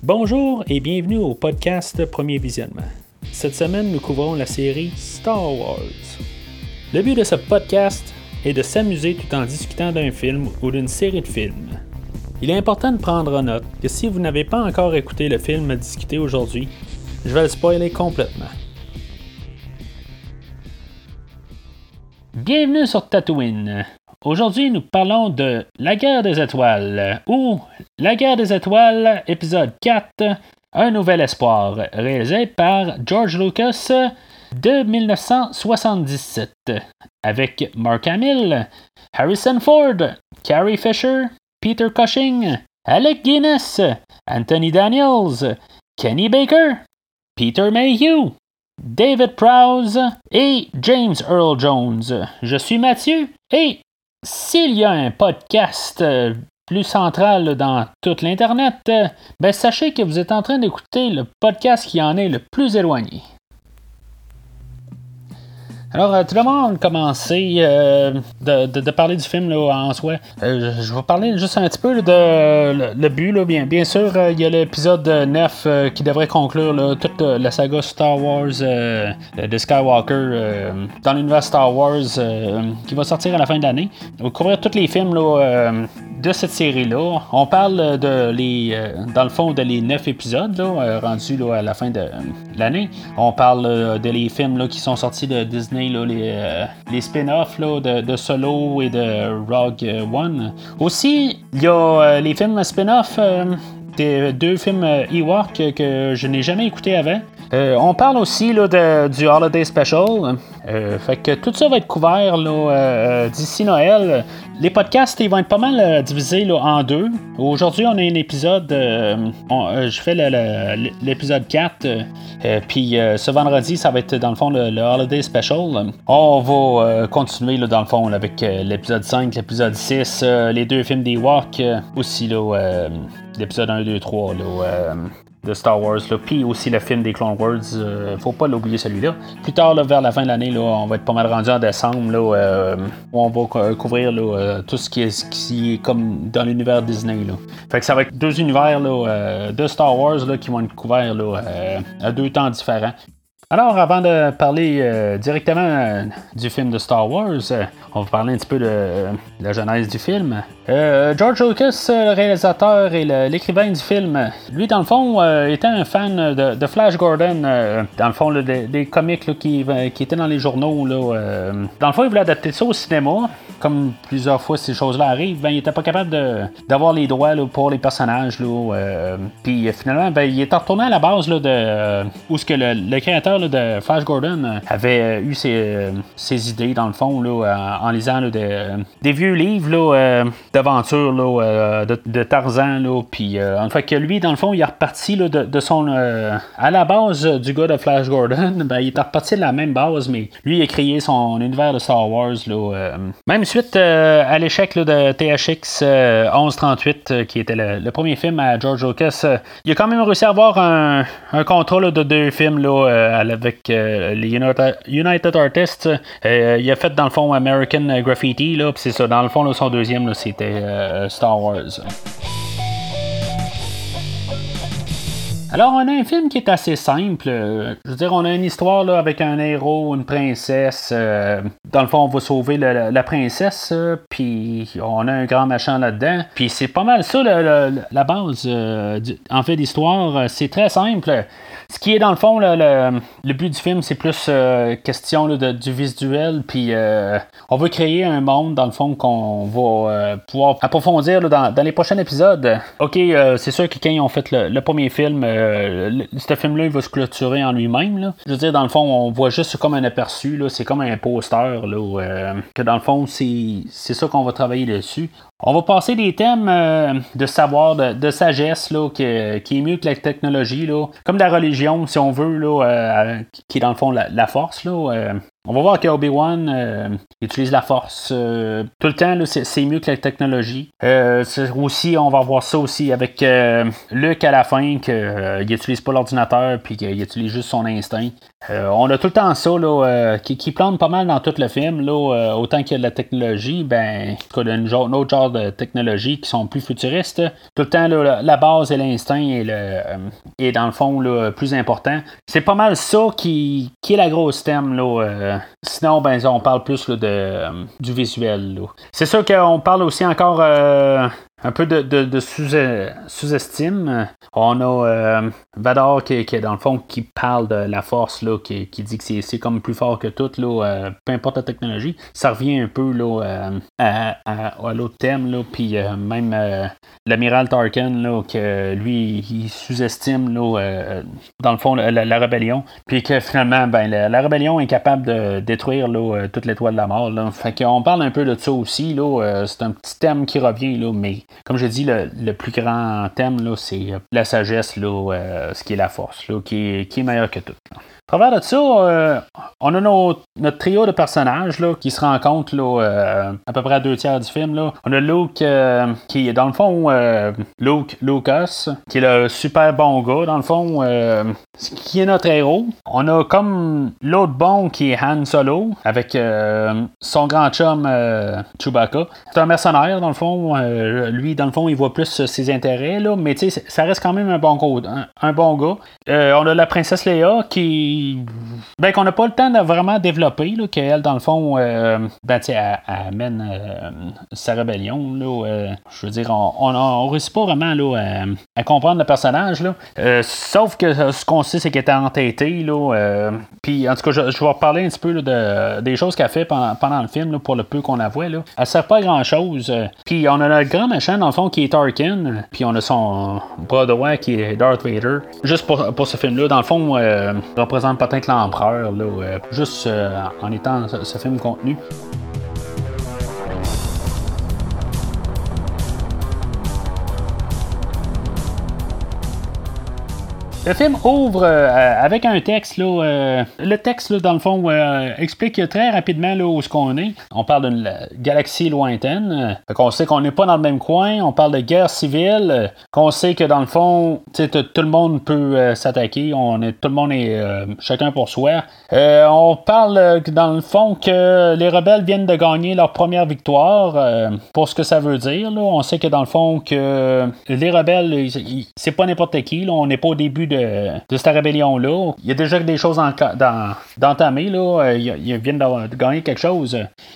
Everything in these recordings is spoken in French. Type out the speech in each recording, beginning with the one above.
Bonjour et bienvenue au podcast Premier Visionnement. Cette semaine, nous couvrons la série Star Wars. Le but de ce podcast est de s'amuser tout en discutant d'un film ou d'une série de films. Il est important de prendre en note que si vous n'avez pas encore écouté le film à discuter aujourd'hui, je vais le spoiler complètement. Bienvenue sur Tatooine. Aujourd'hui, nous parlons de La Guerre des Étoiles, ou La Guerre des Étoiles, épisode 4, Un Nouvel Espoir, réalisé par George Lucas de 1977, avec Mark Hamill, Harrison Ford, Carrie Fisher, Peter Cushing, Alec Guinness, Anthony Daniels, Kenny Baker, Peter Mayhew, David Prowse et James Earl Jones. Je suis Mathieu et s'il y a un podcast plus central dans tout l'Internet, sachez que vous êtes en train d'écouter le podcast qui en est le plus éloigné. Alors, tout le monde commencer de parler du film là, en soi. Je vais parler juste un petit peu de le but. Là, bien sûr, il y a l'épisode 9 qui devrait conclure là, toute la saga Star Wars de Skywalker dans l'univers Star Wars qui va sortir à la fin de l'année. On va couvrir tous les films là, de cette série-là. On parle dans le fond, de les 9 épisodes là, rendus là, à la fin de l'année. On parle de les films là, qui sont sortis de Disney. Là, les spin-offs là, de Solo et de Rogue One. Aussi, il y a les films spin-off des deux films Ewok que je n'ai jamais écouté avant. On parle aussi là, du Holiday Special. Fait que tout ça va être couvert là, d'ici Noël. Les podcasts ils vont être pas mal divisés là, en deux. Aujourd'hui, on a un épisode. Je fais l'épisode 4. Puis ce vendredi, ça va être dans le fond le Holiday Special. On va continuer là, dans le fond là, avec l'épisode 5, l'épisode 6, les deux films d'Ewok. Aussi là, l'épisode 1, 2, 3. Là, de Star Wars, puis aussi le film des Clone Wars, faut pas l'oublier celui-là. Plus tard, là, vers la fin de l'année, là, on va être pas mal rendu en décembre, là, où on va couvrir là, tout ce qui est comme dans l'univers Disney. Là. Fait que ça va être deux univers là, de Star Wars là, qui vont être couverts là, à deux temps différents. Alors, avant de parler directement du film de Star Wars, on va parler un petit peu de la genèse du film. George Lucas, le réalisateur et l'écrivain du film, lui, dans le fond, était un fan de Flash Gordon, dans le fond, là, des comics là, qui étaient dans les journaux. Là, dans le fond, il voulait adapter ça au cinéma. Comme plusieurs fois ces choses-là arrivent, il n'était pas capable d'avoir les droits là, pour les personnages. Puis finalement, il est retourné à la base là, où ce que le créateur là, de Flash Gordon avait eu ses idées, dans le fond, là, en lisant là, des vieux livres là, d'aventure là, de Tarzan. Puis en fait que lui, dans le fond, il est reparti là, de son... à la base du gars de Flash Gordon, il est reparti de la même base, mais lui, il a créé son univers de Star Wars. Là, même suite à l'échec là, de THX 1138, qui était le premier film à George Lucas, il a quand même réussi à avoir un contrat là, de deux films là, avec les United Artists. Il a fait dans le fond American Graffiti, là, puis c'est ça, dans le fond là, son deuxième là, c'était Star Wars. Alors, on a un film qui est assez simple. Je veux dire, on a une histoire là, avec un héros, une princesse. Dans le fond, on va sauver la princesse, puis on a un grand machin là-dedans. Puis c'est pas mal ça, la base en fait d'histoire. C'est très simple. Ce qui est dans le fond, le but du film, c'est plus question là, du visuel. Puis on veut créer un monde, dans le fond, qu'on va pouvoir approfondir là, dans les prochains épisodes. Ok, c'est sûr que quand ils ont fait le premier film, ce film-là, il va se clôturer en lui-même. Là. Je veux dire, dans le fond, on voit juste comme un aperçu. Là, c'est comme un poster. Là, que dans le fond, c'est ça qu'on va travailler dessus. On va passer des thèmes de savoir, de sagesse, là, qui est mieux que la technologie, là, comme la religion, si on veut, là, qui est dans le fond la force. Là, on va voir que Obi-Wan utilise la force tout le temps, là, c'est mieux que la technologie. Aussi, on va voir ça aussi avec Luke à la fin, qu'il n'utilise pas l'ordinateur puis qu'il utilise juste son instinct. On a tout le temps ça là, qui plante pas mal dans tout le film. Là, autant qu'il y a de la technologie, ben, il y a un autre genre de technologie qui sont plus futuristes. Tout le temps, là, la base et l'instinct est dans le fond là, plus important. C'est pas mal ça qui est la grosse thème. Là, sinon, ben, on parle plus là, du visuel. Là. C'est sûr qu'on parle aussi encore un peu de sous-estime. On a Vador qui dans le fond qui parle de la force, là, qui dit que c'est comme plus fort que tout, là, peu importe la technologie. Ça revient un peu là, à l'autre thème, là, puis même l'amiral Tarkin, là, que lui, il sous-estime là, dans le fond la rébellion, puis que finalement, ben, la rébellion est capable de détruire là, toute l'étoile de la mort. Là. Fait qu'on parle un peu de ça aussi. Là, c'est un petit thème qui revient, là, mais comme je dis, le plus grand thème, là, c'est la sagesse, là, ce qui est la force, là, qui est meilleur que tout. Là. À travers de ça, on a notre trio de personnages là, qui se rencontrent là, à peu près à 2/3 du film. Là. On a Luke qui est dans le fond Lucas, qui est le super bon gars, dans le fond, qui est notre héros. On a comme l'autre bon qui est Han Solo, avec son grand chum Chewbacca. C'est un mercenaire, dans le fond. Lui, dans le fond, il voit plus ses intérêts, là, mais ça reste quand même un bon gars. On a la princesse Leia qu'on n'a pas le temps de vraiment développer, là, qu'elle, dans le fond, elle mène sa rébellion. Là, je veux dire, on ne réussit pas vraiment là, à comprendre le personnage. Là. Sauf que ce qu'on sait, c'est qu'elle était entêtée. Puis, en tout cas, je vais reparler un petit peu là, des choses qu'elle fait pendant le film, là, pour le peu qu'on la voit. Là. Elle ne sert pas à grand-chose. Puis, on a notre grand méchant, dans le fond, qui est Tarkin. Puis, on a son bras droit qui est Darth Vader. Juste pour ce film-là, dans le fond, représente peut-être l'empereur, là, juste en étant ce film contenu. Le film ouvre avec un texte. Là, le texte, là, dans le fond, explique très rapidement là, où est-ce qu'on est. On parle d'une galaxie lointaine. On sait qu'on n'est pas dans le même coin. On parle de guerre civile. Qu'on sait que, dans le fond, tout le monde peut s'attaquer. Tout le monde est chacun pour soi. On parle, dans le fond, que les rebelles viennent de gagner leur première victoire. Pour ce que ça veut dire. Là. On sait que, dans le fond, que les rebelles, c'est pas n'importe qui. Là. On n'est pas au début de cette rébellion-là. Il y a déjà des choses d'entamer, là. Ils viennent de gagner quelque chose.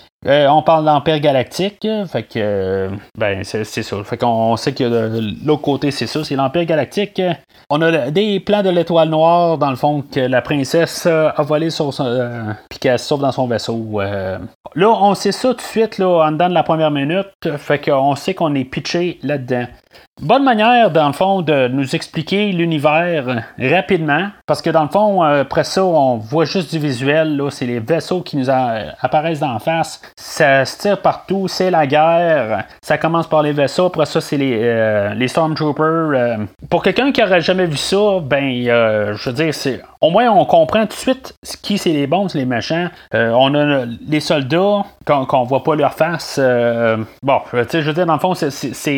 On parle d'Empire Galactique, fait que c'est ça. Fait qu'on sait que de l'autre côté, c'est ça, c'est l'Empire Galactique. On a des plans de l'étoile noire, dans le fond, que la princesse a volé sur puis qu'elle se sauve dans son vaisseau. Là, on sait ça tout de suite, là, en dedans de la première minute, fait qu'on sait qu'on est pitché là-dedans. Bonne manière, dans le fond, de nous expliquer l'univers rapidement, parce que dans le fond, après ça, on voit juste du visuel, là, c'est les vaisseaux qui nous apparaissent d'en face, ça se tire partout, c'est la guerre, ça commence par les vaisseaux, après ça, c'est les Stormtroopers. Pour quelqu'un qui n'aurait jamais vu ça, je veux dire, au moins on comprend tout de suite qui c'est les bons, c'est les méchants. On a les soldats, qu'on voit pas leur face. Je veux dire, dans le fond, c'est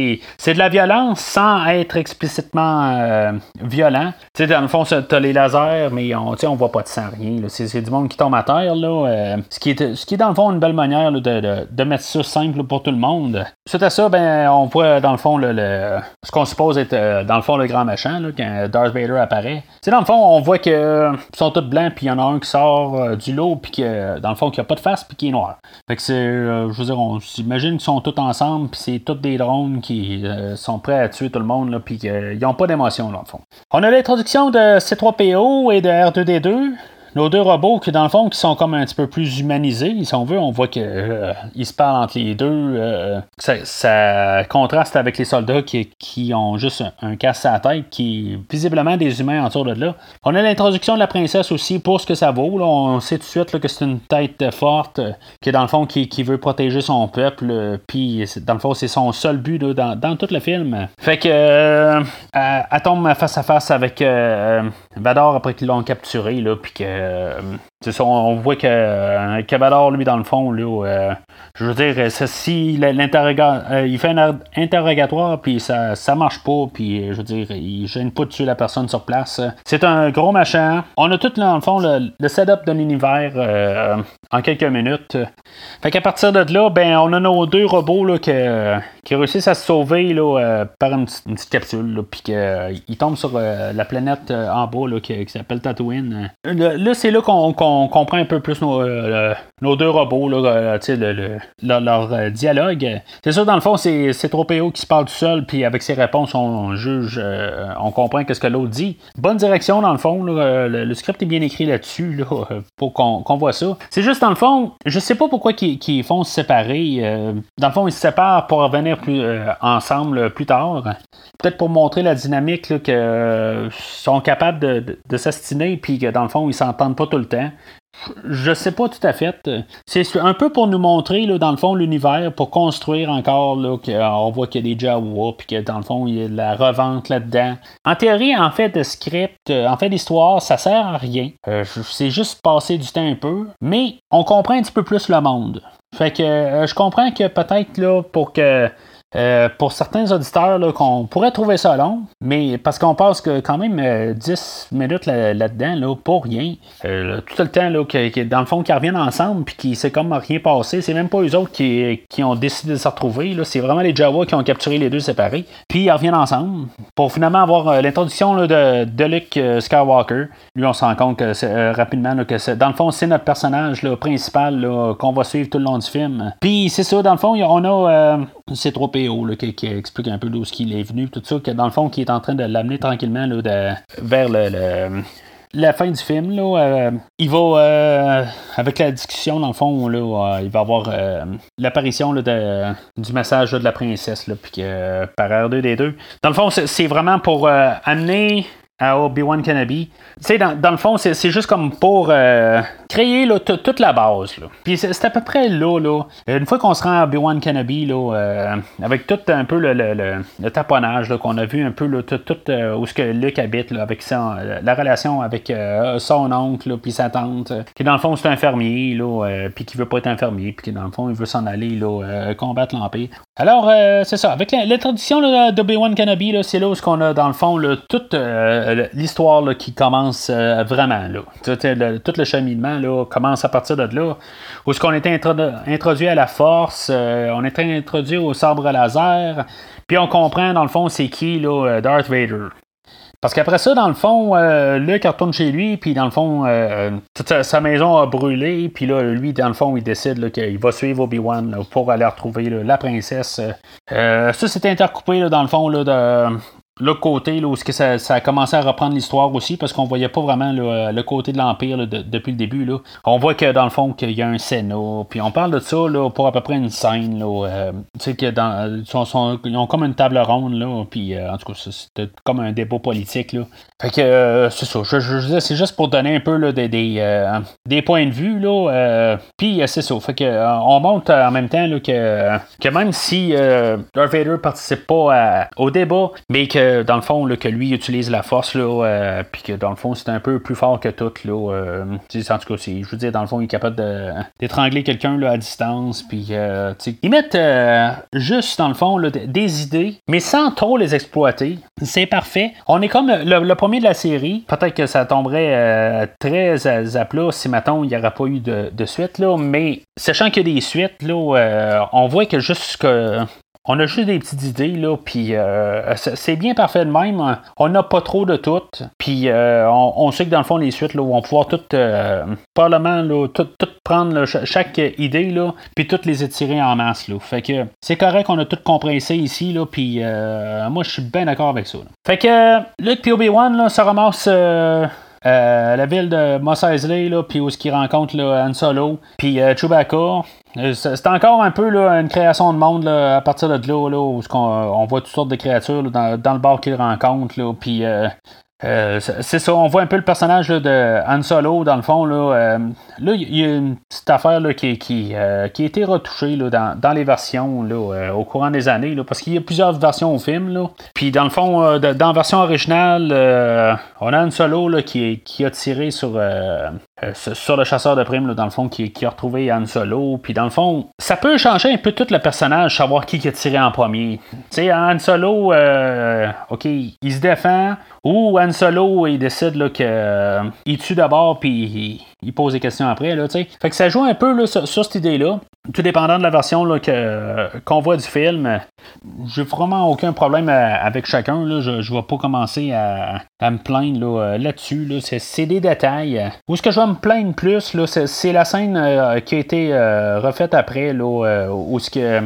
de la violence sans être explicitement violent. Tu sais, dans le fond, t'as les lasers, mais on voit pas de sang, rien. Là. C'est du monde qui tombe à terre. Là, ce qui est dans le fond une belle manière là, de mettre ça simple là, pour tout le monde. Suite à ça, on voit dans le fond ce qu'on suppose être dans le fond le grand méchant là, quand Darth Vader apparaît. T'sais, dans le fond, on voit que ils sont tous blancs, puis il y en a un qui sort du lot, puis que dans le fond, qui a pas de face, puis qui est noir. Fait que c'est, je veux dire, on s'imagine qu'ils sont tous ensemble, puis c'est tous des drones qui sont prêts à tuer tout le monde, là, puis qu'ils n'ont pas d'émotion, dans le fond. On a l'introduction de C3PO et de R2D2. Nos deux robots qui, dans le fond, qui sont comme un petit peu plus humanisés, si on veut, on voit qu'ils se parlent entre les deux. Ça contraste avec les soldats qui ont juste un casque à la tête, qui est visiblement des humains autour de là. On a l'introduction de la princesse aussi pour ce que ça vaut. Là. On sait tout de suite là, que c'est une tête forte, qui dans le fond, qui veut protéger son peuple. Puis, dans le fond, c'est son seul but là, dans tout le film. Fait que elle tombe face à face avec Vador après qu'ils l'ont capturé, là, puis que C'est ça, on voit que Cavador, lui, dans le fond, là, je veux dire, si il fait un interrogatoire, puis ça marche pas, puis je veux dire, il gêne pas de tuer la personne sur place. C'est un gros machin. On a tout, dans le fond, le setup de l'univers en quelques minutes. Fait qu'à partir de là, ben, on a nos 2 robots là, qui réussissent à se sauver là, par une petite capsule, puis qu'ils tombent sur la planète en bas là, qui s'appelle Tatooine. Là, c'est là qu'on comprend un peu plus nos 2 robots, là, leur dialogue. C'est sûr, dans le fond, c'est Tropéo qui se parle tout seul, puis avec ses réponses, on juge, on comprend ce que l'autre dit. Bonne direction, dans le fond. Là, le script est bien écrit là-dessus, là, pour qu'on voit ça. C'est juste, dans le fond, je sais pas pourquoi ils font se séparer. Dans le fond, ils se séparent pour revenir ensemble plus tard. Peut-être pour montrer la dynamique là, qu'ils sont capables de s'astiner, puis que dans le fond, ils s'entendent pas tout le temps. Je sais pas tout à fait. C'est un peu pour nous montrer, là, dans le fond, l'univers, pour construire encore, là, qu'on voit qu'il y a des Jawa, puis que dans le fond, il y a de la revente là-dedans. En théorie, en fait, de script, en fait, l'histoire, ça sert à rien. C'est juste passer du temps un peu, mais on comprend un petit peu plus le monde. Fait que je comprends que peut-être, là, pour certains auditeurs, là, qu'on pourrait trouver ça long, mais parce qu'on passe quand même 10 minutes là-dedans, là, pour rien. Tout le temps, là, dans le fond, qu'ils reviennent ensemble, puis qui c'est comme rien passé. C'est même pas eux autres qui ont décidé de se retrouver. Là. C'est vraiment les Jawa qui ont capturé les 2 séparés. Puis ils reviennent ensemble pour finalement avoir l'introduction là, de Luke Skywalker. Lui, on se rend compte que rapidement là, que dans le fond, c'est notre personnage là, principal là, qu'on va suivre tout le long du film. Puis c'est ça, dans le fond, on a c'est trop là, qui explique un peu d'où il est venu, tout ça, que dans le fond, qui est en train de l'amener tranquillement là, vers la fin du film. Là, il va, avec la discussion, dans le fond, là, il va avoir l'apparition là, du message là, de la princesse, là, puis que par R2D2. Dans le fond, c'est vraiment pour amener à Obi-Wan Kenobi. Tu sais, dans le fond, c'est juste comme pour créer là, toute la base. Là. Puis c'est à peu près là. Une fois qu'on se rend à Obi-Wan Kenobi, là, avec tout un peu le taponnage là, qu'on a vu un peu là, tout où ce que Luke habite, là, avec la relation avec son oncle, puis sa tante, qui dans le fond c'est un fermier, puis qui veut pas être un fermier, puis qui dans le fond il veut s'en aller là, combattre l'Empire. Alors, c'est ça. Avec l'introduction d'Obi-Wan Kenobi, là, c'est là où on a, dans le fond, là, toute l'histoire là, qui commence vraiment. Là. Tout le cheminement là, commence à partir de là. Où est-ce qu'on était introduit à la Force, on était introduit au sabre laser, puis on comprend, dans le fond, c'est qui là, Darth Vader. Parce qu'après ça, dans le fond, Luke retourne chez lui, puis dans le fond, toute sa maison a brûlé, puis là, lui, dans le fond, il décide là, qu'il va suivre Obi-Wan là, pour aller retrouver là, la princesse. Ça, c'était intercoupé, là, dans le fond, là, de l'autre côté, là, où ça a commencé à reprendre l'histoire aussi, parce qu'on voyait pas vraiment là, le côté de l'Empire là, depuis le début. Là. On voit que dans le fond, qu'il y a un Sénat, puis on parle de ça là, pour à peu près une scène. Là, tu sais, que ils ont comme une table ronde, là, puis en tout cas, c'était comme un débat politique. Là. Fait que c'est ça. Je c'est juste pour donner un peu là, des points de vue. Puis c'est ça. Fait que on montre en même temps là, que même si Darth Vader participe pas au débat, mais que dans le fond, là, que lui utilise la force, puis que dans le fond, c'est un peu plus fort que tout. Là, en tout cas, je veux dire, dans le fond, il est capable d'étrangler quelqu'un là, à distance. Puis, ils mettent juste, dans le fond, là, des idées, mais sans trop les exploiter. C'est parfait. On est comme le premier de la série. Peut-être que ça tomberait très à plat si, mettons, il n'y aurait pas eu de suite. Là, mais sachant qu'il y a des suites, là, on voit que on a juste des petites idées, là, puis c'est bien parfait de même. On n'a pas trop de tout. Puis on sait que dans le fond, les suites, là, vont pouvoir probablement, tout prendre là, chaque idée, là, puis toutes les étirer en masse. Là. Fait que c'est correct qu'on a tout compressé ici, là, puis moi, je suis bien d'accord avec ça. Là. Fait que Luke et Obi-Wan, là, se ramassent la ville de Mos Eisley, là, puis où ils rencontrent là, Han Solo, puis Chewbacca. C'est encore un peu là, une création de monde là, à partir de là, où on voit toutes sortes de créatures là, dans le bar qu'ils rencontrent. Là, puis c'est ça, on voit un peu le personnage là, de Han Solo dans le fond. Là, il y a une petite affaire là, qui a été retouchée là, dans les versions là, au courant des années, là, parce qu'il y a plusieurs versions au film. Là. Puis dans le fond, dans la version originale, on a Han Solo là, qui a tiré sur sur le chasseur de primes, là, dans le fond, qui a retrouvé Han Solo. Puis dans le fond, ça peut changer un peu tout le personnage, savoir qui a tiré en premier. Tu sais, Han Solo, OK, il se défend. Ou Han Solo, il décide là, qu'il tue d'abord, puis il pose des questions après. Là, fait que ça joue un peu là, sur cette idée-là. Tout dépendant de la version là, qu'on voit du film, j'ai vraiment aucun problème avec chacun. Là. Je ne vais pas commencer à me plaindre là-dessus. Là. C'est des détails. Où ce que je vais me plaindre plus, là, c'est la scène qui a été refaite après, là, où ce que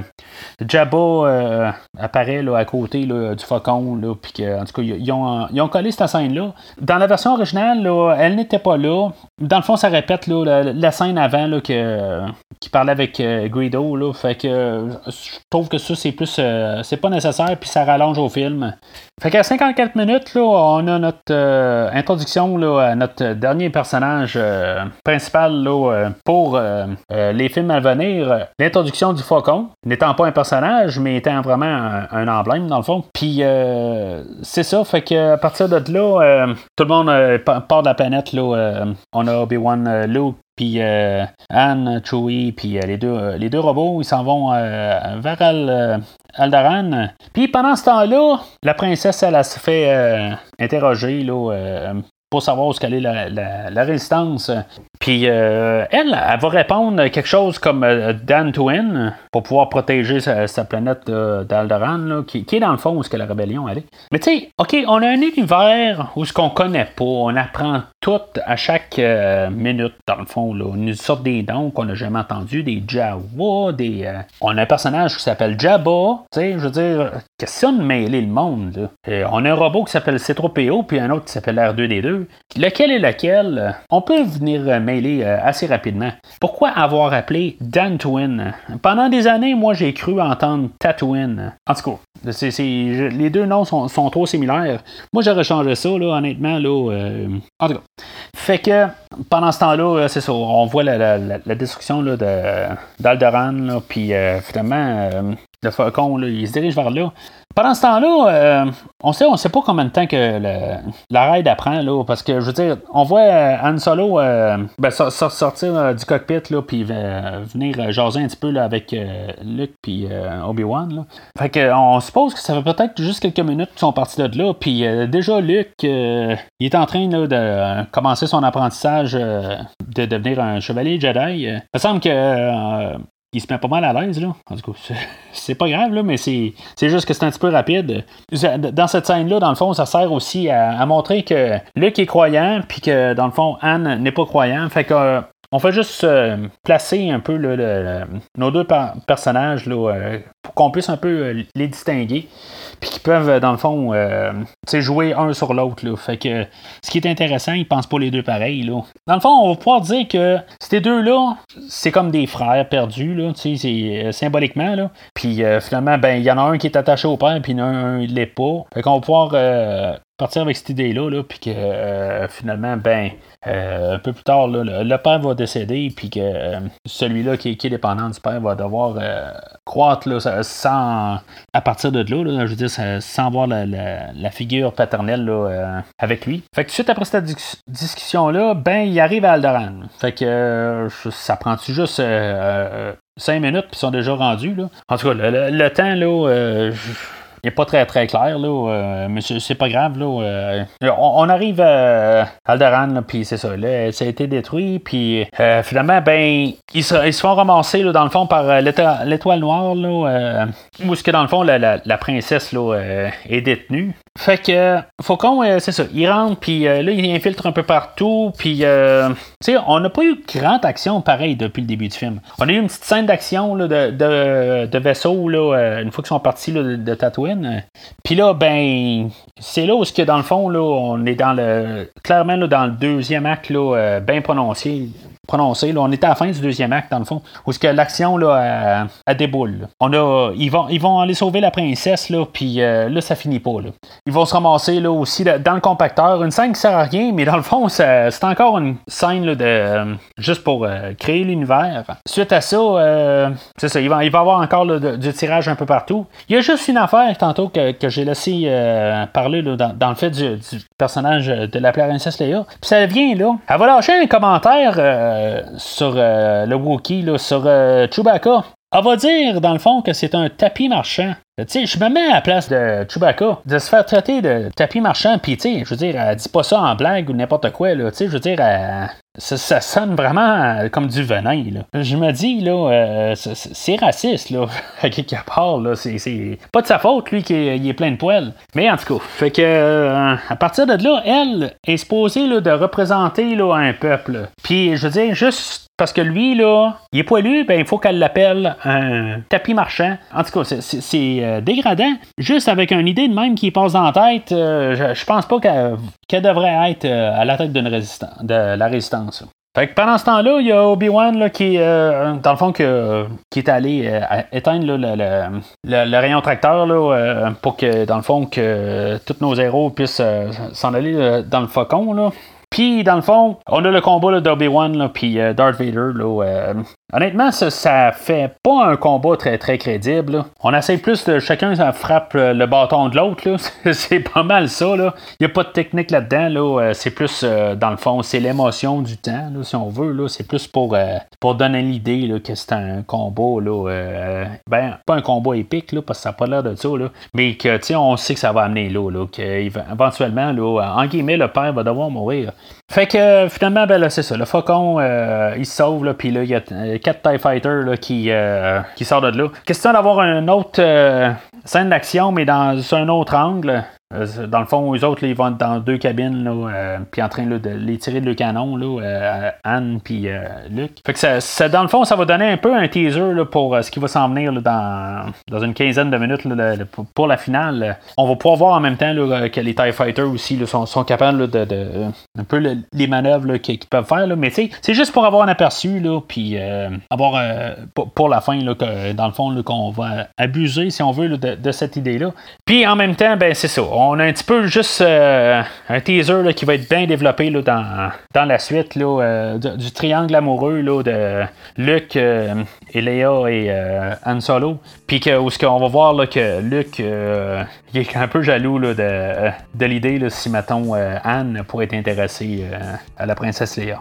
Jabba apparaît là, à côté là, du faucon. Là, puis que, en tout cas, ils ont collé cette scène-là. Dans la version originale, là, elle n'était pas là. Dans le fond, ça répète là, la scène avant là, qui parlait avec Greedo. Là, fait que je trouve que ça, c'est plus. C'est pas nécessaire, puis ça rallonge au film. Fait qu'à 54 minutes, là, on a notre introduction là, à notre dernier personnage principal là, pour les films à venir. L'introduction du faucon, n'étant pas un personnage, mais étant vraiment un emblème, dans le fond. Puis, c'est ça, fait qu'à partir de là, tout le monde part de la planète. Là, on a Obi-Wan, Luke, puis Han, Chewie, puis les deux robots, ils s'en vont vers Alderaan. Puis pendant ce temps-là, la princesse, elle se fait interroger là, pour savoir où est la résistance. Puis elle va répondre quelque chose comme Dantooine pour pouvoir protéger sa planète d'Alderaan, qui est dans le fond où est-ce que la rébellion elle est. Mais tu sais, OK, on a un univers où ce qu'on connaît pas, on apprend tout à chaque minute, dans le fond. Là. Une sorte des dons qu'on n'a jamais entendus, des Jawa, on a un personnage qui s'appelle Jabba, tu sais, je veux dire, question de mêler le monde. Là. On a un robot qui s'appelle C3PO, puis un autre qui s'appelle R2D2. Lequel est lequel? On peut venir mêler assez rapidement. Pourquoi avoir appelé Dantooine? Pendant des années, moi, j'ai cru entendre Tatooine. En tout cas, les deux noms sont trop similaires. Moi, j'aurais changé ça, là, honnêtement. Là, en tout cas. Fait que, pendant ce temps-là, c'est ça, on voit la destruction là, d'Alderaan, puis finalement, le faucon, là, il se dirige vers là. Pendant ce temps-là, on sait pas combien de temps que la raid apprend, là, parce que, je veux dire, on voit Han Solo sortir du cockpit, là, puis venir jaser un petit peu là, avec Luke puis Obi-Wan. Là. Fait qu'on suppose que ça fait peut-être juste quelques minutes qu'ils sont partis de là, puis déjà, Luke, il est en train là, de commencer son apprentissage de devenir un chevalier Jedi. Il me semble que... il se met pas mal à l'aise, là. En tout cas, c'est pas grave, là, mais c'est juste que c'est un petit peu rapide. Dans cette scène-là, dans le fond, ça sert aussi à montrer que Luke est croyant, puis que, dans le fond, Han n'est pas croyant. Fait que... on fait juste placer un peu nos deux personnages là, pour qu'on puisse un peu les distinguer. Puis qu'ils peuvent, dans le fond, jouer un sur l'autre. Là. Fait que ce qui est intéressant, ils pensent pas les deux pareils. Là. Dans le fond, on va pouvoir dire que ces deux-là, c'est comme des frères perdus, là, c'est, symboliquement. Là. Puis finalement, ben il y en a un qui est attaché au père, puis un il l'est pas. Fait qu'on va pouvoir partir avec cette idée-là, là, puis que finalement, un peu plus tard, là, le père va décéder, puis que celui-là qui est dépendant du père va devoir croître là, à partir de là, je veux dire, sans voir la figure paternelle là, avec lui. Fait que suite après cette discussion-là, il arrive à Alderaan. Fait que ça prend-tu juste 5 minutes, puis ils sont déjà rendus. Là. En tout cas, le temps, là... il n'est pas très très clair, là, mais c'est pas grave. Là, on arrive à Alderaan, puis c'est ça. Là, ça a été détruit, puis finalement, ils se font ramasser, là, dans le fond, par l'étoile noire, là, où est-ce que, dans le fond, la princesse là, est détenue. Fait que Faucon, c'est ça, il rentre, puis là, il infiltre un peu partout, puis, tu sais, on n'a pas eu grande action pareil depuis le début du film. On a eu une petite scène d'action là, de vaisseau, là, une fois qu'ils sont partis là, de Tatooine. Puis là, c'est là où, dans le fond, là, on est clairement là, dans le deuxième acte, là, bien prononcé. prononcé. Là. On était à la fin du deuxième acte, dans le fond, où que l'action là, elle déboule. Là. Ils vont aller sauver la princesse, là, puis là, ça finit pas. Là. Ils vont se ramasser là, aussi dans le compacteur. Une scène qui sert à rien, mais dans le fond, c'est encore une scène là, juste pour créer l'univers. Suite à ça, c'est ça, il va y avoir encore là, du tirage un peu partout. Il y a juste une affaire, tantôt, que j'ai laissé parler là, dans le fait du personnage de la princesse Leia. Puis ça vient là. Elle va lâcher un commentaire sur le Wookiee, là, sur Chewbacca. Elle va dire, dans le fond, que c'est un tapis marchand. Tu sais, je me mets à la place de Chewbacca, de se faire traiter de tapis marchand, pis tu sais, je veux dire, elle dit pas ça en blague ou n'importe quoi, là, tu sais, je veux dire, ça sonne vraiment comme du venin, là. Je me dis, là, c'est raciste, là, à quelque part, là, c'est pas de sa faute, lui, qu'il est plein de poils. Mais en tout cas, fait que, à partir de là, elle est supposée, là, de représenter, là, un peuple. Puis, je veux dire, juste parce que lui, là, il est poilu, ben, il faut qu'elle l'appelle un tapis marchand. En tout cas, c'est dégradant. Juste avec une idée de même qui passe dans la tête, je pense pas qu'elle devrait être à la tête de la résistance. Fait que pendant ce temps-là, il y a Obi-Wan là, qui, dans le fond, qui est allé éteindre là, le rayon tracteur là, pour que, dans le fond, que tous nos héros puissent s'en aller dans le faucon. Là. Puis, dans le fond, on a le combat d'Obi-Wan puis Darth Vader. Là, honnêtement, ça fait pas un combat très, très crédible. Là. On essaie plus de chacun frappe le bâton de l'autre. Là. C'est pas mal ça. Il n'y a pas de technique là-dedans. Là. C'est plus, dans le fond, c'est l'émotion du temps, là, si on veut. Là. C'est plus pour donner l'idée là, que c'est un combat. Là, pas un combat épique, là, parce que ça n'a pas l'air de ça. Là, mais que, on sait que ça va amener là qu'éventuellement, là, en guillemets, le père va devoir mourir. Fait que finalement, ben là, c'est ça. Le faucon, il se sauve, là, puis là, il y a 4 TIE Fighters là, qui sortent de là. Question d'avoir une autre scène d'action, mais dans un autre angle. Dans le fond, eux autres, là, ils vont être dans 2 cabines, puis en train là, de les tirer de le canon, là, Anne puis Luke. Fait que ça, dans le fond, ça va donner un peu un teaser là, pour ce qui va s'en venir là, dans une quinzaine de minutes là, pour la finale. On va pouvoir voir en même temps là, que les TIE Fighters aussi là, sont capables là, de un peu les manœuvres là, qu'ils peuvent faire. Là. Mais c'est juste pour avoir un aperçu, là, puis avoir pour la fin, là, que, dans le fond, là, qu'on va abuser, si on veut, là, de cette idée-là. Puis en même temps, ben c'est ça. On a un petit peu juste un teaser là, qui va être bien développé là, dans la suite là, du triangle amoureux là, de Luke et Leia et Han Solo. Puis où on va voir là, que Luke il est un peu jaloux là, de l'idée là, si mettons Anne pourrait être intéressée à la princesse Leia.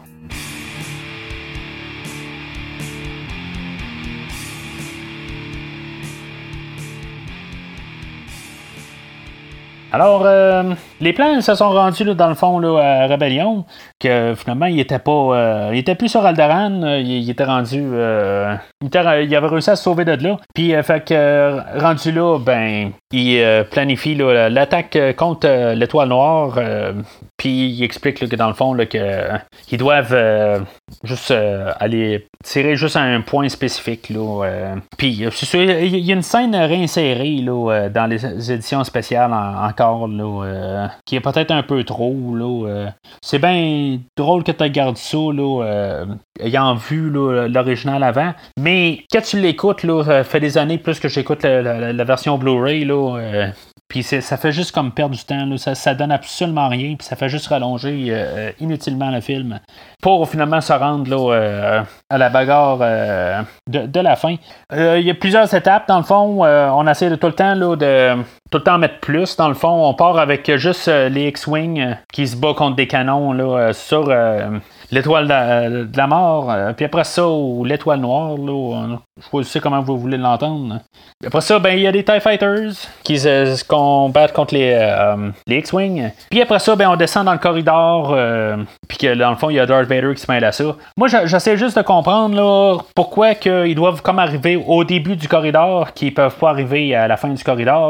Alors, les plans se sont rendus là, dans le fond là, à Rebellion, que finalement il était pas, il était plus sur Alderaan, il était rendu, il avait réussi à se sauver de là. Puis fait que rendu là, ben il planifie là, l'attaque contre l'étoile noire. Puis il explique là, que dans le fond là, qu'ils doivent juste aller tirer juste à un point spécifique là. Puis c'est sûr, il y a une scène réinsérée là, dans les éditions spéciales encore là, qui est peut-être un peu trop là. C'est bien drôle que tu regardes ça là, ayant vu là, l'original avant, mais quand tu l'écoutes là, ça fait des années plus que j'écoute la version Blu-ray là. Puis ça fait juste comme perdre du temps. Là. Ça donne absolument rien. Puis ça fait juste rallonger inutilement le film. Pour finalement se rendre là, à la bagarre de la fin. Il y a plusieurs étapes. Dans le fond, on essaie de tout le temps là, de tout le temps mettre plus. Dans le fond, on part avec juste les X-Wing qui se battent contre des canons là, sur l'étoile de la mort. Puis après ça, l'étoile noire. Là, je sais comment vous voulez l'entendre. Après ça, ben il y a des TIE Fighters qui se combattent contre les X-Wing. Puis après ça, ben on descend dans le corridor. Puis que dans le fond, il y a Darth Vader qui se mêle à ça. Moi, j'essaie juste de comprendre là, pourquoi qu'ils doivent comme arriver au début du corridor, qu'ils peuvent pas arriver à la fin du corridor. Je veux dire, dans le fond,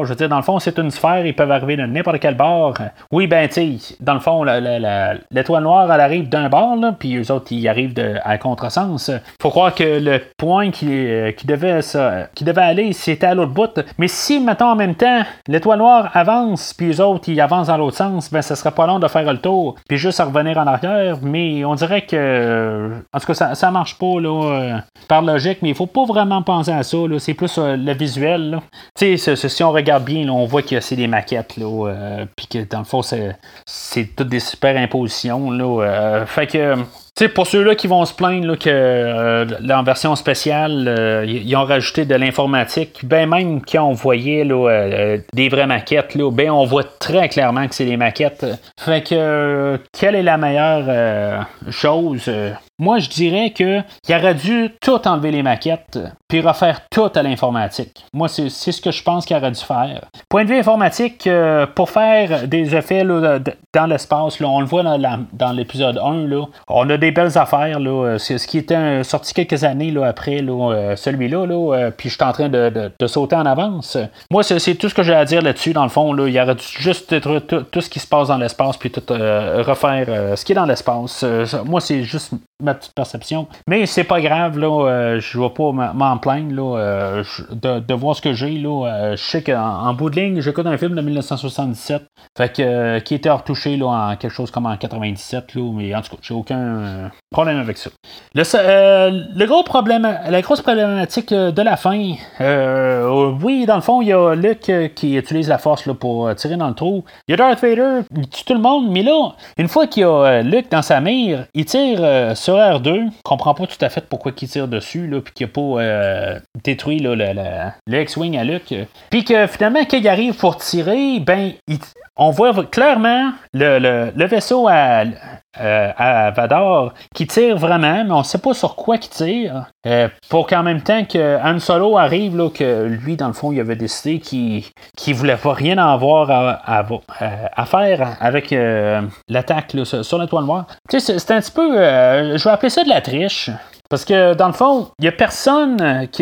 fond, c'est une sphère, ils peuvent arriver de n'importe quel bord. Oui, ben, tu sais, dans le fond, l'étoile noire, elle arrive d'un bord, là, puis eux autres, ils arrivent à contresens. Faut croire que le point qui devait aller, c'était à l'autre bout. Mais si, mettons, en même temps, l'étoile noire avance, puis eux autres, ils avancent dans l'autre sens, ben, ça serait pas long de faire le tour, puis juste à revenir en arrière. Mais on dirait que, en tout cas, ça marche pas, là, par logique, mais il faut pas vraiment penser à ça, là. C'est plus le visuel, là. Tu sais, si on regarde bien, là, on voit que c'est des maquettes, là, puis que, dans le fond, c'est toutes des superimpositions, là. Fait que... Tu sais, pour ceux-là qui vont se plaindre là, que en version spéciale, ils ont rajouté de l'informatique, ben même quand on voyait là, des vraies maquettes, là, ben on voit très clairement que c'est des maquettes. Fait que quelle est la meilleure chose? Moi, je dirais qu'il aurait dû tout enlever les maquettes, puis refaire tout à l'informatique. Moi, c'est ce que je pense qu'il aurait dû faire. Point de vue informatique, pour faire des effets là, dans l'espace, là, on le voit dans l'épisode 1, là, on a des belles affaires. Là, c'est ce qui était sorti quelques années là, après là, celui-là, là, puis je suis en train de sauter en avance. Moi, c'est tout ce que j'ai à dire là-dessus, dans le fond. Là, il aurait dû juste détruire tout ce qui se passe dans l'espace, puis tout refaire ce qui est dans l'espace. Moi, c'est juste ma petite perception. Mais c'est pas grave, là, je vais pas m'en plaindre là, de voir ce que j'ai. Là, je sais qu'en bout de ligne, j'écoute un film de 1977, fait que, qui était retouché là, en quelque chose comme en 97, là, mais en tout cas, j'ai aucun problème avec ça. La grosse problématique de la fin, oui, dans le fond, il y a Luke qui utilise la force là, pour tirer dans le trou. Il y a Darth Vader, il tue tout le monde, mais là, une fois qu'il y a Luke dans sa mire, il tire sur R2. Je comprends pas tout à fait pourquoi il tire dessus, là, puis qu'il n'a pas détruit là, le X-Wing à Luke. Puis que finalement, quand il arrive pour tirer, ben, on voit clairement le vaisseau à Vador qui tire vraiment, mais on ne sait pas sur quoi il tire. Pour qu'en même temps que Han Solo arrive, là, que lui, dans le fond, il avait décidé qu'il voulait pas rien avoir à faire avec l'attaque là, sur l'étoile noire. Tu sais, c'est un petit peu... je vais appeler ça de la triche. Parce que, dans le fond, il n'y a personne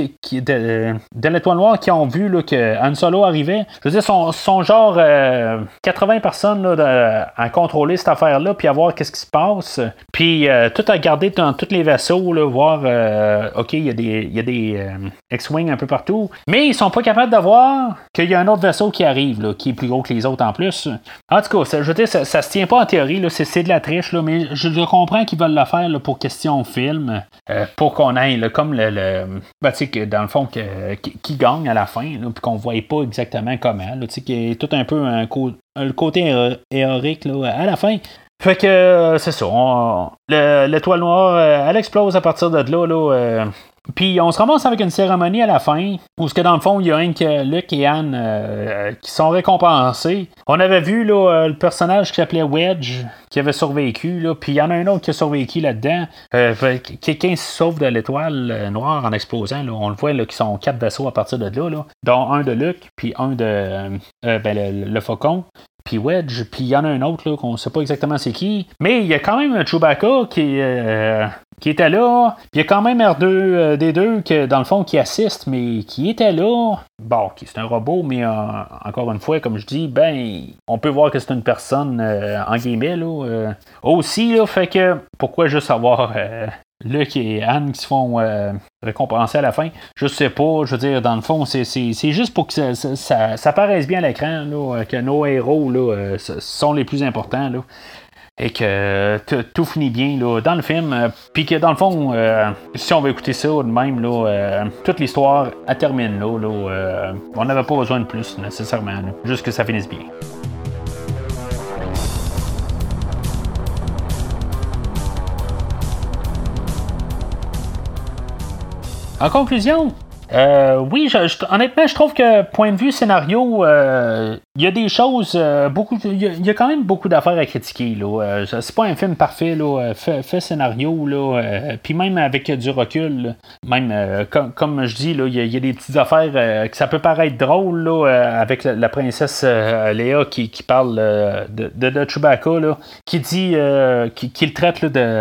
de l'Étoile Noire qui ont vu là, que Han Solo arrivait. Je veux dire, sont genre 80 personnes là, à contrôler cette affaire-là, puis à voir qu'est-ce qui se passe. Puis tout à regarder dans tous les vaisseaux, là, voir, OK, il y a des X-Wing un peu partout. Mais ils sont pas capables de voir qu'il y a un autre vaisseau qui arrive, là, qui est plus gros que les autres en plus. En tout cas, je veux dire, ça se tient pas en théorie, là, c'est de la triche, là, mais je comprends qu'ils veulent le faire là, pour question film. Pour qu'on aille là, comme ben, tu sais, que dans le fond, qui gagne à la fin, puis qu'on ne voyait pas exactement comment, tu sais, qui est tout un peu le côté héroïque là, à la fin. Fait que c'est ça. L'étoile noire, elle explose à partir de là. Puis on se ramasse avec une cérémonie à la fin, où ce que dans le fond, il y a Luke et Anne qui sont récompensés. On avait vu là, le personnage qui s'appelait Wedge, qui avait survécu, là, puis il y en a un autre qui a survécu là-dedans. Quelqu'un se sauve de l'étoile noire en explosant. Là. On le voit là, qu'ils sont 4 vaisseaux à partir de là, dont un de Luke, puis un de le faucon. Puis Wedge, puis il y en a un autre là, qu'on ne sait pas exactement c'est qui. Mais il y a quand même Chewbacca qui était là. Puis il y a quand même R2 des deux que, dans le fond, qui assiste, mais qui était là. Bon, c'est un robot, mais encore une fois, comme je dis, ben, on peut voir que c'est une personne en guillemets là. Aussi, là, fait que pourquoi juste avoir Luke et Anne qui se font récompenser à la fin, je sais pas, je veux dire, dans le fond, c'est juste pour que ça paraisse bien à l'écran, là, que nos héros là, sont les plus importants, là, et que tout finit bien là, dans le film, puis que dans le fond, si on veut écouter ça de même, là, toute l'histoire, elle termine là, on n'avait pas besoin de plus, nécessairement, là, juste que ça finisse bien. En conclusion, oui, honnêtement, je trouve que, point de vue scénario, il y a des choses, il y a quand même beaucoup d'affaires à critiquer. Là. C'est pas un film parfait, là, fait scénario, là, puis même avec du recul, là, même, comme je dis, il y a des petites affaires que ça peut paraître drôle, là, avec la princesse Léa qui parle de Chewbacca, là, qui dit, qui le traite là,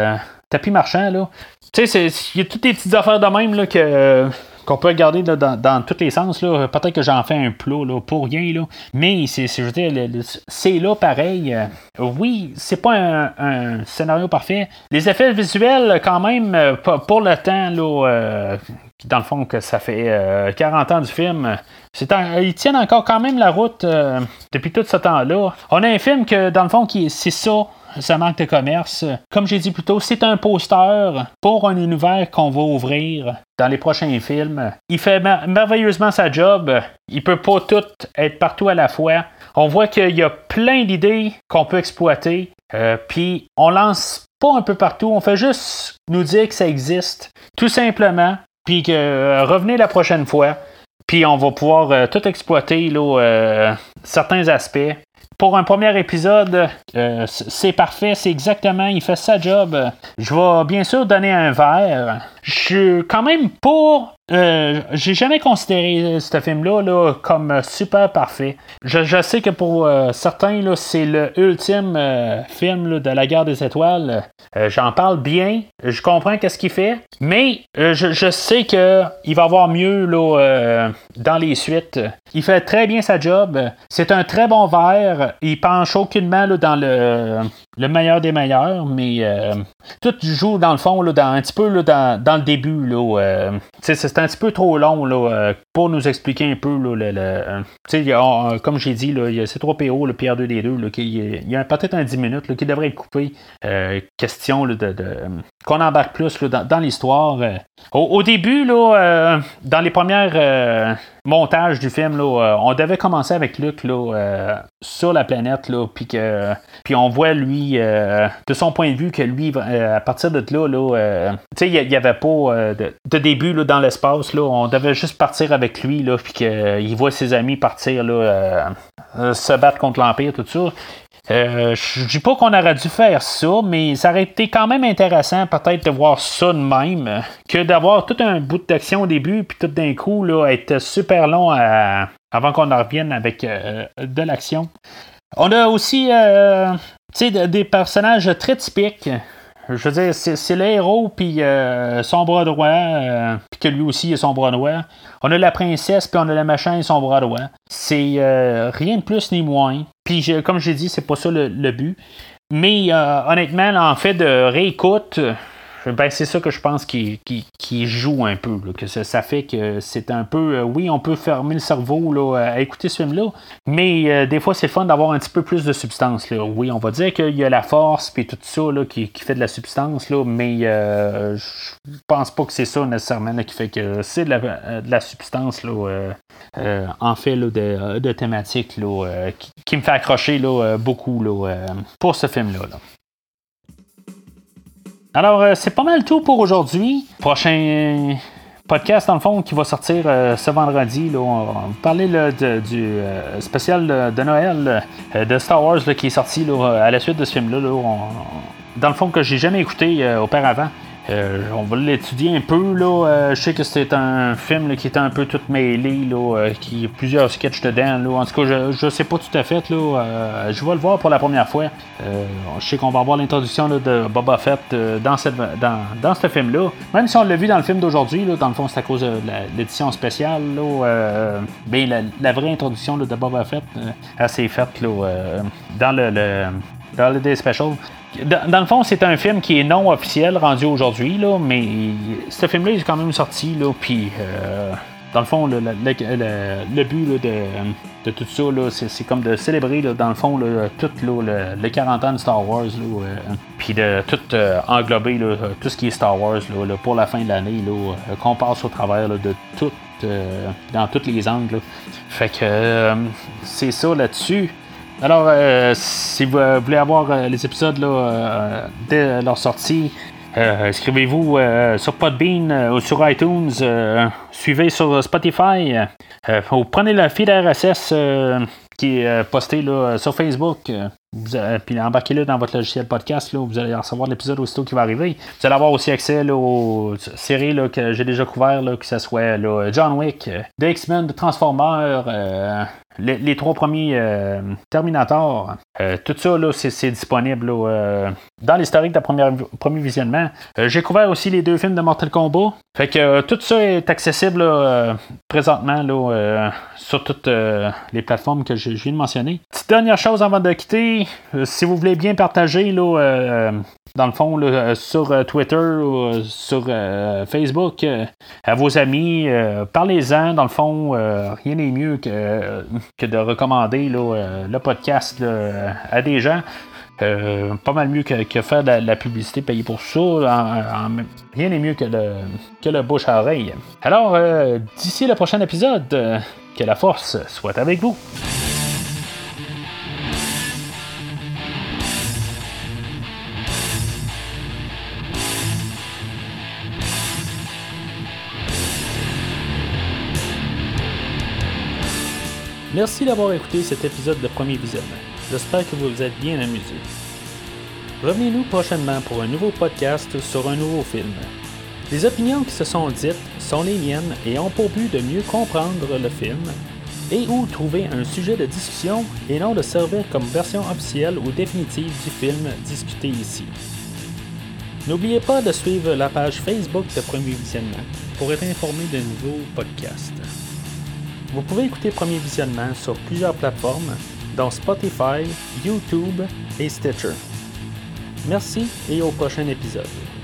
tapis marchand, là. Tu sais, il y a toutes les petites affaires de même, là, qu'on peut regarder là, dans tous les sens. Là. Peut-être que j'en fais un plat là, pour rien. Là. Mais je veux dire, c'est là pareil. Oui, c'est pas un scénario parfait. Les effets visuels, quand même, pour le temps, là, dans le fond, que ça fait 40 ans du film, ils tiennent encore quand même la route depuis tout ce temps-là. On a un film que, dans le fond, c'est ça manque de commerce. Comme j'ai dit plus tôt, c'est un poster pour un univers qu'on va ouvrir dans les prochains films. Il fait merveilleusement sa job. Il peut pas tout être partout à la fois. On voit qu'il y a plein d'idées qu'on peut exploiter. Puis on lance pas un peu partout. On fait juste nous dire que ça existe. Tout simplement. Puis que revenez la prochaine fois. Puis on va pouvoir tout exploiter là, certains aspects. Pour un premier épisode, c'est parfait, c'est exactement, il fait sa job. Je vais bien sûr donner un verre. Je suis quand même pas... j'ai jamais considéré ce film-là là, comme super parfait. Je sais que pour certains, là, c'est le ultime film là, de la guerre des étoiles. J'en parle bien, je comprends qu'est-ce qu'il fait, mais je sais qu'il va y avoir mieux là, dans les suites. Il fait très bien sa job. C'est un très bon verre. Il penche aucunement là, dans le meilleur des meilleurs, mais tout joue dans le fond, là, un petit peu là, dans le début. Là, c'est un petit peu trop long là, pour nous expliquer un peu. Là, comme j'ai dit, là, il y a C3PO, le PR2D2, là, il y a peut-être un 10 minutes là, qui devrait être coupé. Question là, qu'on embarque plus là, dans l'histoire. Au début, là, dans les premières montages du film, là, on devait commencer avec Luke là, sur la planète, puis on voit lui, de son point de vue, que lui, à partir de là, il n'y avait pas de début là, dans l'espace. Là, on devait juste partir avec lui, puis qu'il voit ses amis partir là, se battre contre l'Empire, tout ça. Je dis pas qu'on aurait dû faire ça, mais ça aurait été quand même intéressant peut-être de voir ça de même, que d'avoir tout un bout d'action au début, puis tout d'un coup, là, être super long avant qu'on en revienne avec de l'action. On a aussi des personnages très typiques. Je veux dire, c'est le héros, puis son bras droit, puis que lui aussi a son bras droit. On a la princesse, puis on a le machin et son bras droit. C'est rien de plus ni moins. Puis, comme j'ai dit, c'est pas ça le but. Mais honnêtement, là, en fait de réécoute, ben, c'est ça que je pense qui joue un peu. Là, que ça fait que c'est un peu... oui, on peut fermer le cerveau là, à écouter ce film-là, mais des fois, c'est le fun d'avoir un petit peu plus de substance. Là. Oui, on va dire qu'il y a la force puis tout ça là, qui fait de la substance, là, mais je pense pas que c'est ça nécessairement là, qui fait que c'est de la substance là, en fait là, de thématiques là, qui me fait accrocher là, beaucoup là, pour ce film-là. Là. Alors, c'est pas mal tout pour aujourd'hui. Prochain podcast, dans le fond, qui va sortir ce vendredi. Là, on va parler là, du spécial de Noël de Star Wars là, qui est sorti là, à la suite de ce film-là. Là, dans le fond, que j'ai jamais écouté auparavant. On va l'étudier un peu. Là. Je sais que c'est un film là, qui est un peu tout mêlé, là, qui a plusieurs sketchs dedans. Là. En tout cas, je sais pas tout à fait. Là. Je vais le voir pour la première fois. Je sais qu'on va avoir l'introduction là, de Boba Fett dans ce film-là. Même si on l'a vu dans le film d'aujourd'hui, là, dans le fond, c'est à cause de l'édition spéciale. Là, la vraie introduction là, de Boba Fett, elle s'est faite là, dans le Day Special. Dans le fond, c'est un film qui est non officiel rendu aujourd'hui, là, mais ce film-là il est quand même sorti, là, puis dans le fond, le but là, de tout ça, là, c'est comme de célébrer, là, dans le fond, là, tout là, le 40 ans de Star Wars, puis de tout englober là, tout ce qui est Star Wars là, pour la fin de l'année, là, qu'on passe au travers là, de tout, dans tous les angles. Là. Fait que c'est ça là-dessus. Alors, si vous voulez avoir les épisodes là, dès leur sortie, inscrivez-vous sur Podbean ou sur iTunes, suivez sur Spotify, ou prenez le feed RSS qui est posté là, sur Facebook, puis embarquez-le dans votre logiciel podcast, là, vous allez recevoir l'épisode aussitôt qui va arriver. Vous allez avoir aussi accès là, aux séries là, que j'ai déjà couvert, là, que ce soit là, John Wick, The X-Men, The Transformers, les 3 premiers Terminator. Tout ça, là, c'est disponible là, dans l'historique de premier visionnement. J'ai couvert aussi les 2 films de Mortal Kombat. Fait que tout ça est accessible là, présentement là, sur toutes les plateformes que je viens de mentionner. Petite dernière chose avant de quitter, si vous voulez bien partager là, dans le fond là, sur Twitter ou sur Facebook à vos amis, parlez-en. Dans le fond, rien n'est mieux que de recommander là, le podcast là, à des gens. Pas mal mieux que faire de la publicité payée pour ça. Rien n'est mieux que le bouche à oreille. Alors, d'ici le prochain épisode, que la force soit avec vous. Merci d'avoir écouté cet épisode de Premier Visionnement. J'espère que vous vous êtes bien amusé. Revenez-nous prochainement pour un nouveau podcast sur un nouveau film. Les opinions qui se sont dites sont les miennes et ont pour but de mieux comprendre le film et ou trouver un sujet de discussion et non de servir comme version officielle ou définitive du film discuté ici. N'oubliez pas de suivre la page Facebook de Premier Visionnement pour être informé de nouveaux podcasts. Vous pouvez écouter Premier Visionnement sur plusieurs plateformes, dont Spotify, YouTube et Stitcher. Merci et au prochain épisode.